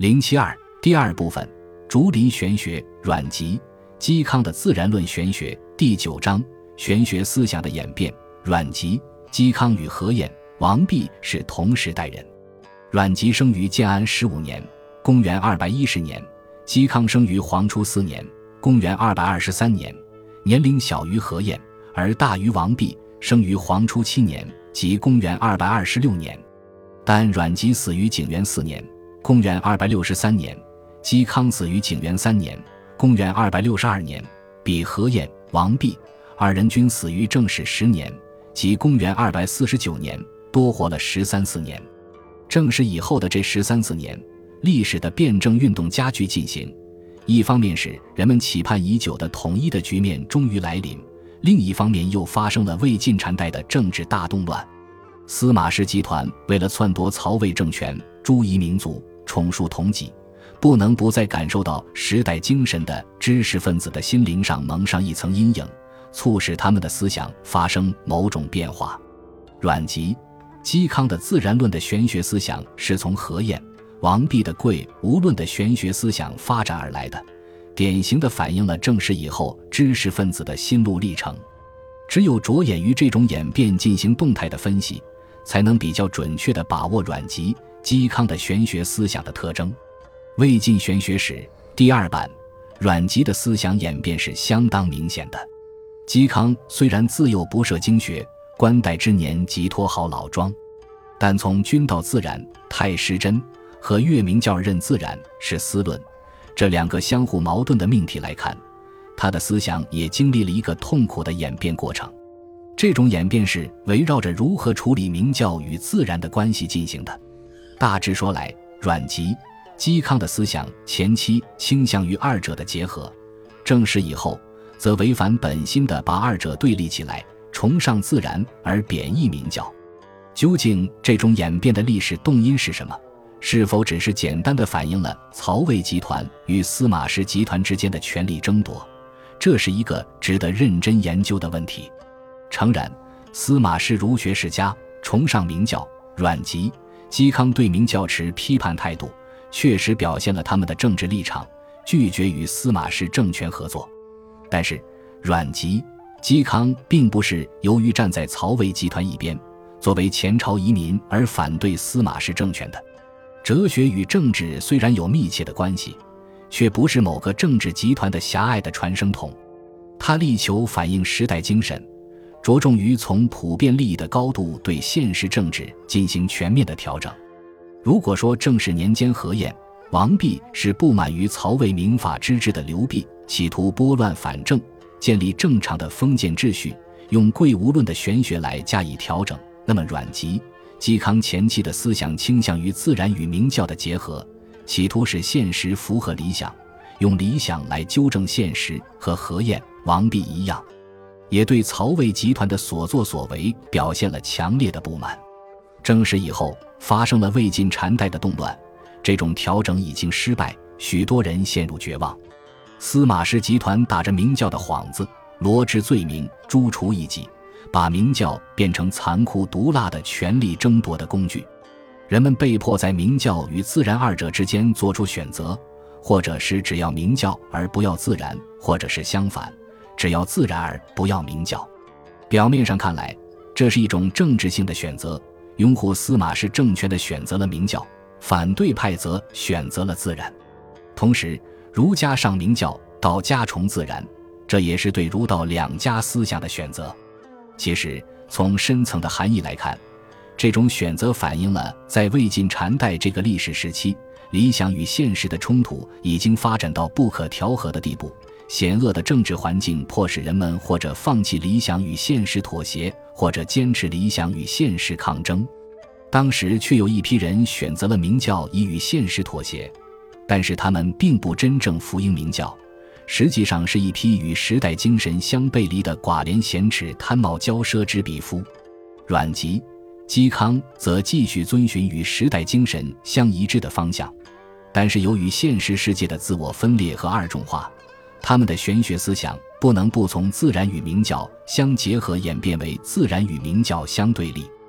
072第二部分，竹林玄学，阮籍、嵇康的自然论玄学。第9章，玄学思想的演变。阮籍、嵇康与何晏、王弼是同时代人。阮籍生于建安15年，公元210年；嵇康生于黄初4年，公元223年，年龄小于何晏，而大于王弼，生于黄初7年，即公元226年。但阮籍死于景元4年，公元263年；嵇康死于景元3年，公元262年，比何晏、王弼二人均死于正始10年，即公元249年，多活了13-14年。正史以后的这13-14年，历史的辩证运动加剧进行，一方面是人们期盼已久的统一的局面终于来临，另一方面又发生了魏晋禅代的政治大动乱。司马氏集团为了篡夺曹魏政权，诛夷民族，宠术同己，不能不在感受到时代精神的知识分子的心灵上蒙上一层阴影，促使他们的思想发生某种变化。阮籍、嵇康的自然论的玄学思想是从何晏、王弼的贵无论的玄学思想发展而来的，典型地反映了正史以后知识分子的心路历程。只有着眼于这种演变进行动态的分析，才能比较准确地把握阮籍、嵇康的玄学思想的特征。魏晋玄学史第2版，阮籍的思想演变是相当明显的。嵇康虽然自幼不涉经学，官代之年即托好老庄，但从君道自然、太师真和岳明教认自然是思论这两个相互矛盾的命题来看，他的思想也经历了一个痛苦的演变过程。这种演变是围绕着如何处理明教与自然的关系进行的。大致说来，阮籍、嵇康的思想前期倾向于二者的结合，正史以后则违反本心地把二者对立起来，崇尚自然而贬义明教。究竟这种演变的历史动因是什么？是否只是简单地反映了曹魏集团与司马氏集团之间的权力争夺？这是一个值得认真研究的问题。诚然，司马氏儒学世家，崇尚明教，阮籍、嵇康对明教持批判态度，确实表现了他们的政治立场，拒绝与司马氏政权合作。但是阮籍、嵇康并不是由于站在曹魏集团一边，作为前朝遗民而反对司马氏政权的。哲学与政治虽然有密切的关系，却不是某个政治集团的狭隘的传声筒。他力求反映时代精神，着重于从普遍利益的高度对现实政治进行全面的调整。如果说正始年间何晏、王弼是不满于曹魏明法之治的流弊，企图拨乱反正，建立正常的封建秩序，用贵无论的玄学来加以调整，那么阮籍、嵇康前期的思想倾向于自然与明教的结合，企图使现实符合理想，用理想来纠正现实，和何晏、王弼一样，也对曹魏集团的所作所为表现了强烈的不满。正史以后发生了魏晋禅代的动乱，这种调整已经失败，许多人陷入绝望。司马氏集团打着明教的幌子，罗织罪名，诛除异己，把明教变成残酷毒辣的权力争夺的工具。人们被迫在明教与自然二者之间做出选择，或者是只要明教而不要自然，或者是相反，只要自然而不要明教。表面上看来，这是一种政治性的选择，拥护司马氏政权的选择了明教，反对派则选择了自然。同时，儒家尚明教，道家崇自然，这也是对儒道两家思想的选择。其实从深层的含义来看，这种选择反映了在魏晋禅代这个历史时期，理想与现实的冲突已经发展到不可调和的地步，险恶的政治环境迫使人们或者放弃理想与现实妥协，或者坚持理想与现实抗争。当时却有一批人选择了明教以与现实妥协，但是他们并不真正服膺明教，实际上是一批与时代精神相背离的寡廉鲜耻、贪冒骄奢之鄙夫。阮籍、嵇康则继续遵循与时代精神相一致的方向，但是由于现实世界的自我分裂和二重化，他们的玄学思想不能不从自然与明教相结合演变为自然与明教相对立。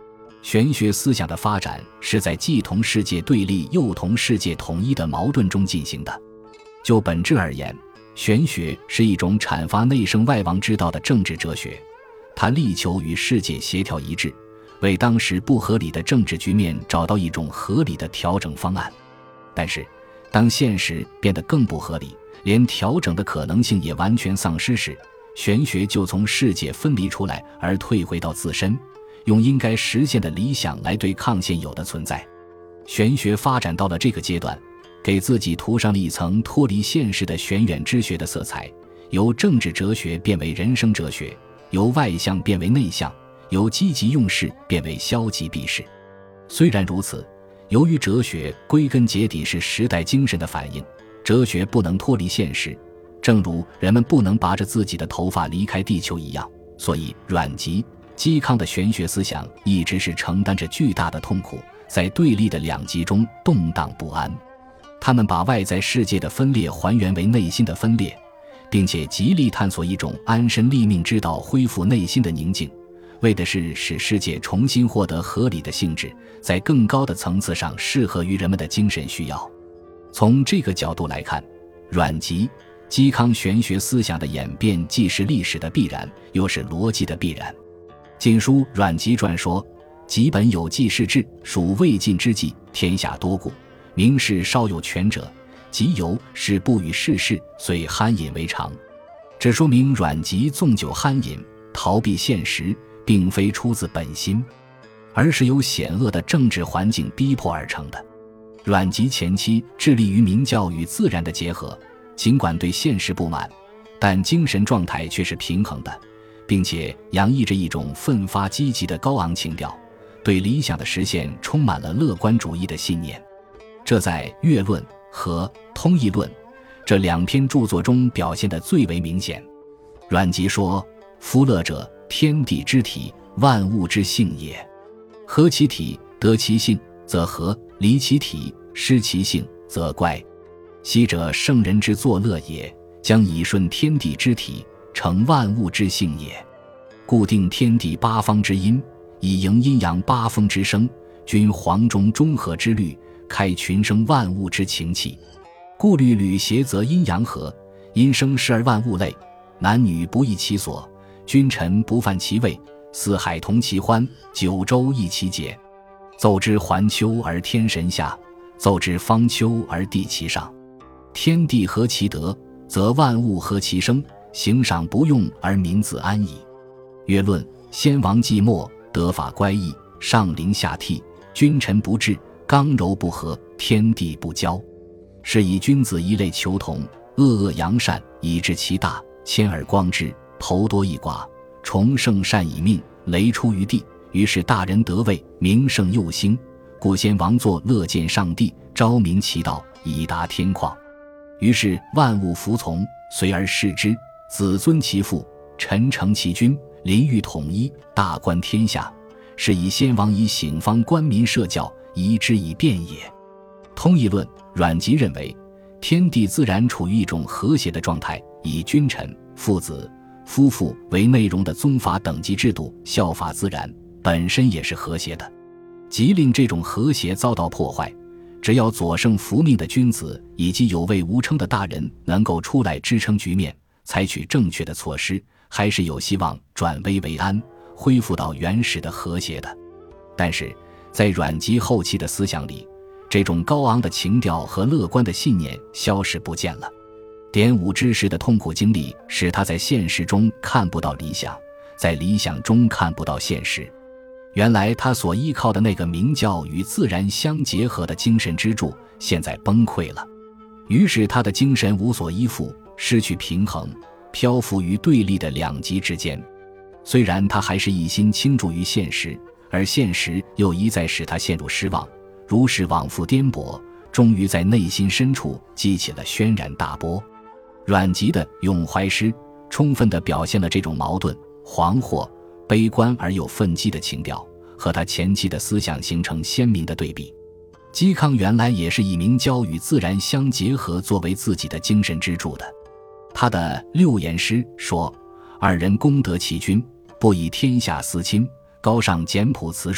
玄学思想的发展是在既同世界对立又同世界统一的矛盾中进行的。就本质而言，玄学是一种阐发内圣外王之道的政治哲学，它力求与世界协调一致，为当时不合理的政治局面找到一种合理的调整方案。但是当现实变得更不合理，连调整的可能性也完全丧失时，玄学就从世界分离出来，而退回到自身，用应该实现的理想来对抗现有的存在。玄学发展到了这个阶段，给自己涂上了一层脱离现实的玄远之学的色彩，由政治哲学变为人生哲学，由外向变为内向，由积极用事变为消极避世。虽然如此，由于哲学归根结底是时代精神的反映，哲学不能脱离现实，正如人们不能拔着自己的头发离开地球一样，所以阮籍、嵇康的玄学思想一直是承担着巨大的痛苦，在对立的两极中动荡不安。他们把外在世界的分裂还原为内心的分裂，并且极力探索一种安身立命之道，恢复内心的宁静，为的是使世界重新获得合理的性质，在更高的层次上适合于人们的精神需要。从这个角度来看，阮籍、嵇康玄学思想的演变既是历史的必然，又是逻辑的必然。晋书《阮籍传》说：“籍本有济世志，属未尽之际，天下多故，名士稍有权者，即由是不与世事，遂酣饮为常。”这说明阮籍纵酒酣饮，逃避现实，并非出自本心，而是由险恶的政治环境逼迫而成的。阮籍前期致力于明教与自然的结合，尽管对现实不满，但精神状态却是平衡的，并且洋溢着一种奋发积极的高昂情调，对理想的实现充满了乐观主义的信念。这在《乐论》和《通义论》这两篇著作中表现得最为明显。阮籍说：“夫乐者，天地之体，万物之性也。合其体，得其性，则和；离其体，失其性，则怪。昔者圣人之作乐也，将以顺天地之体，成万物之性也。固定天地八方之阴，以迎阴阳八风之生，均黄中中和之律，开群生万物之情气。故律吕协则阴阳和，阴生时而万物类，男女不异其所，君臣不犯其位，四海同其欢，九州异其节。奏之环丘而天神下，奏之方丘而地其上。天地合其德，则万物合其生，行赏不用而民自安矣。”曰论：先王既没，德法乖异，上凌下替，君臣不治，刚柔不和，天地不交。是以君子一类求同，恶恶扬善，以致其大，谦而光之，头多一寡，崇圣善以命，雷出于地。于是大人得位，名盛又兴，故先王作乐见上帝，昭明其道，以达天旷。于是万物服从，随而视之，子尊其父，臣承其君，临御统一，大观天下。是以先王以醒方官民社教，移之以变也。通义论，阮籍认为天地自然处于一种和谐的状态，以君臣、父子、夫妇为内容的宗法等级制度效法自然，本身也是和谐的。即令这种和谐遭到破坏，只要左圣福命的君子以及有位无称的大人能够出来支撑局面，采取正确的措施，还是有希望转危为安，恢复到原始的和谐的。但是在阮籍后期的思想里，这种高昂的情调和乐观的信念消失不见了。典武之时的痛苦经历使他在现实中看不到理想，在理想中看不到现实。原来他所依靠的那个明教与自然相结合的精神支柱现在崩溃了，于是他的精神无所依附，失去平衡，漂浮于对立的两极之间。虽然他还是一心倾注于现实，而现实又一再使他陷入失望，如是往复颠簸，终于在内心深处激起了轩然大波。阮籍的咏怀诗充分地表现了这种矛盾、惶惑、悲观而又愤激的情调，和他前期的思想形成鲜明的对比。嵇康原来也是以明教与自然相结合作为自己的精神支柱的。他的六言诗说：“二人功德齐均，不以天下思亲，高尚简朴辞顺，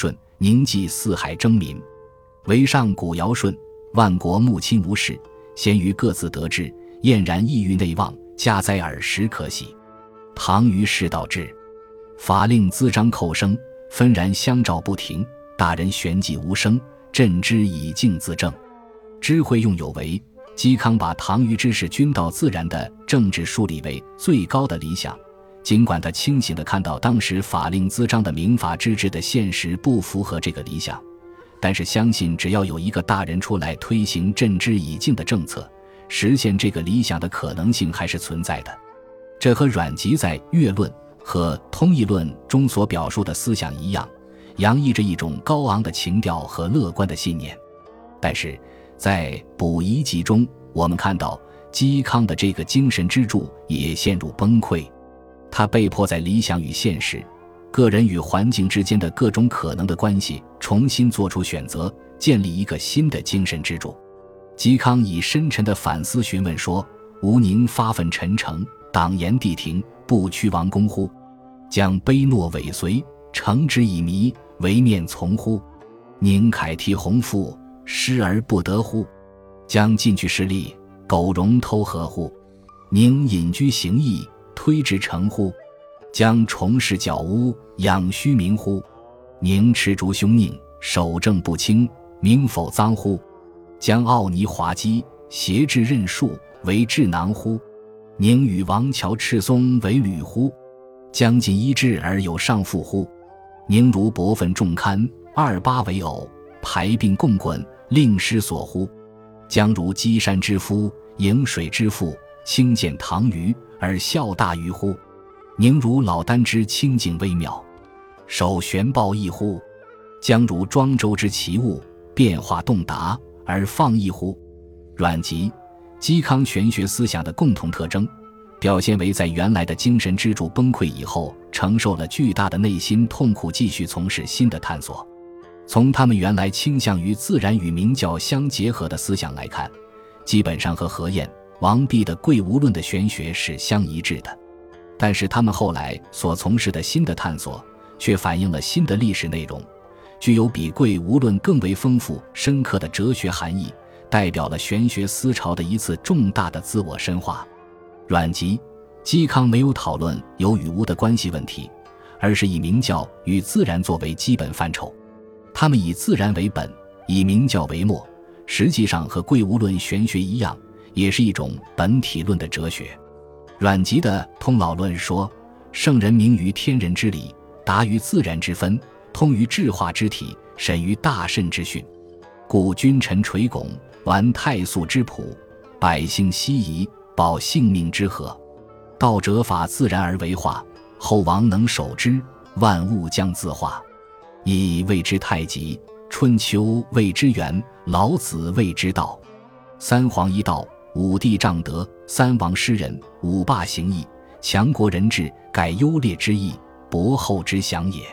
宁济四海征民。为上古尧舜，万国穆亲无事，咸于各自得志，晏然意欲内望，家哉尔时可喜。唐于世道之，法令滋章寇生，纷然相照不停，大人旋即无声，朕之以静自正。知会用有为，嵇康把唐虞之士君道自然的政治树立为最高的理想，尽管他清醒地看到当时法令滋章的民法之治的现实不符合这个理想，但是相信只要有一个大人出来推行镇之以静的政策，实现这个理想的可能性还是存在的。这和阮籍在《乐论》和《通义论》中所表述的思想一样，洋溢着一种高昂的情调和乐观的信念。但是在《卜夷集》中，我们看到嵇康的这个精神支柱也陷入崩溃，他被迫在理想与现实、个人与环境之间的各种可能的关系重新做出选择，建立一个新的精神支柱。嵇康以深沉的反思询问说：吾宁发愤陈诚，党言地庭，不屈王公乎？将卑懦尾随，诚之以迷，唯面从乎？宁楷题鸿鹄，失而不得乎？将进去势利，苟容偷合乎？宁隐居行义，推之成乎？将重视矫污，养虚名乎？宁持逐凶佞，守正不清，名否脏乎？将傲泥滑稽，挟制任术，为智囊乎？宁与王乔赤松为侣乎？将尽一志而有上父乎？宁如薄愤重堪，二八为偶，排并共滚，令师所乎？将如稽山之夫，迎水之父，轻见唐虞而笑大虞乎？宁如老聃之清静微妙，守玄抱义乎？将如庄周之奇物，变化动达而放逸乎？阮籍、嵇康玄学思想的共同特征，表现为在原来的精神支柱崩溃以后，承受了巨大的内心痛苦，继续从事新的探索。从他们原来倾向于自然与明教相结合的思想来看，基本上和何晏、王弼的贵无论的玄学是相一致的。但是他们后来所从事的新的探索，却反映了新的历史内容，具有比贵无论更为丰富深刻的哲学含义，代表了玄学思潮的一次重大的自我深化。阮籍、嵇康没有讨论有与无的关系问题，而是以明教与自然作为基本范畴。他们以自然为本，以明教为末，实际上和贵无论玄学一样，也是一种本体论的哲学。阮籍的《通老论》说：圣人明于天人之理，达于自然之分，通于智化之体，审于大慎之训。故君臣垂拱，玩太素之朴，百姓希夷，保性命之和。道者法自然而为化，后王能守之，万物将自化。以谓之太极，春秋谓之源，老子谓之道。三皇一道，五帝仗德，三王施仁，五霸行义，强国人治，改优劣之意，博厚之享也。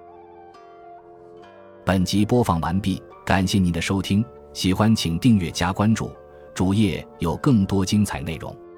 本集播放完毕，感谢您的收听，喜欢请订阅加关注，主页有更多精彩内容。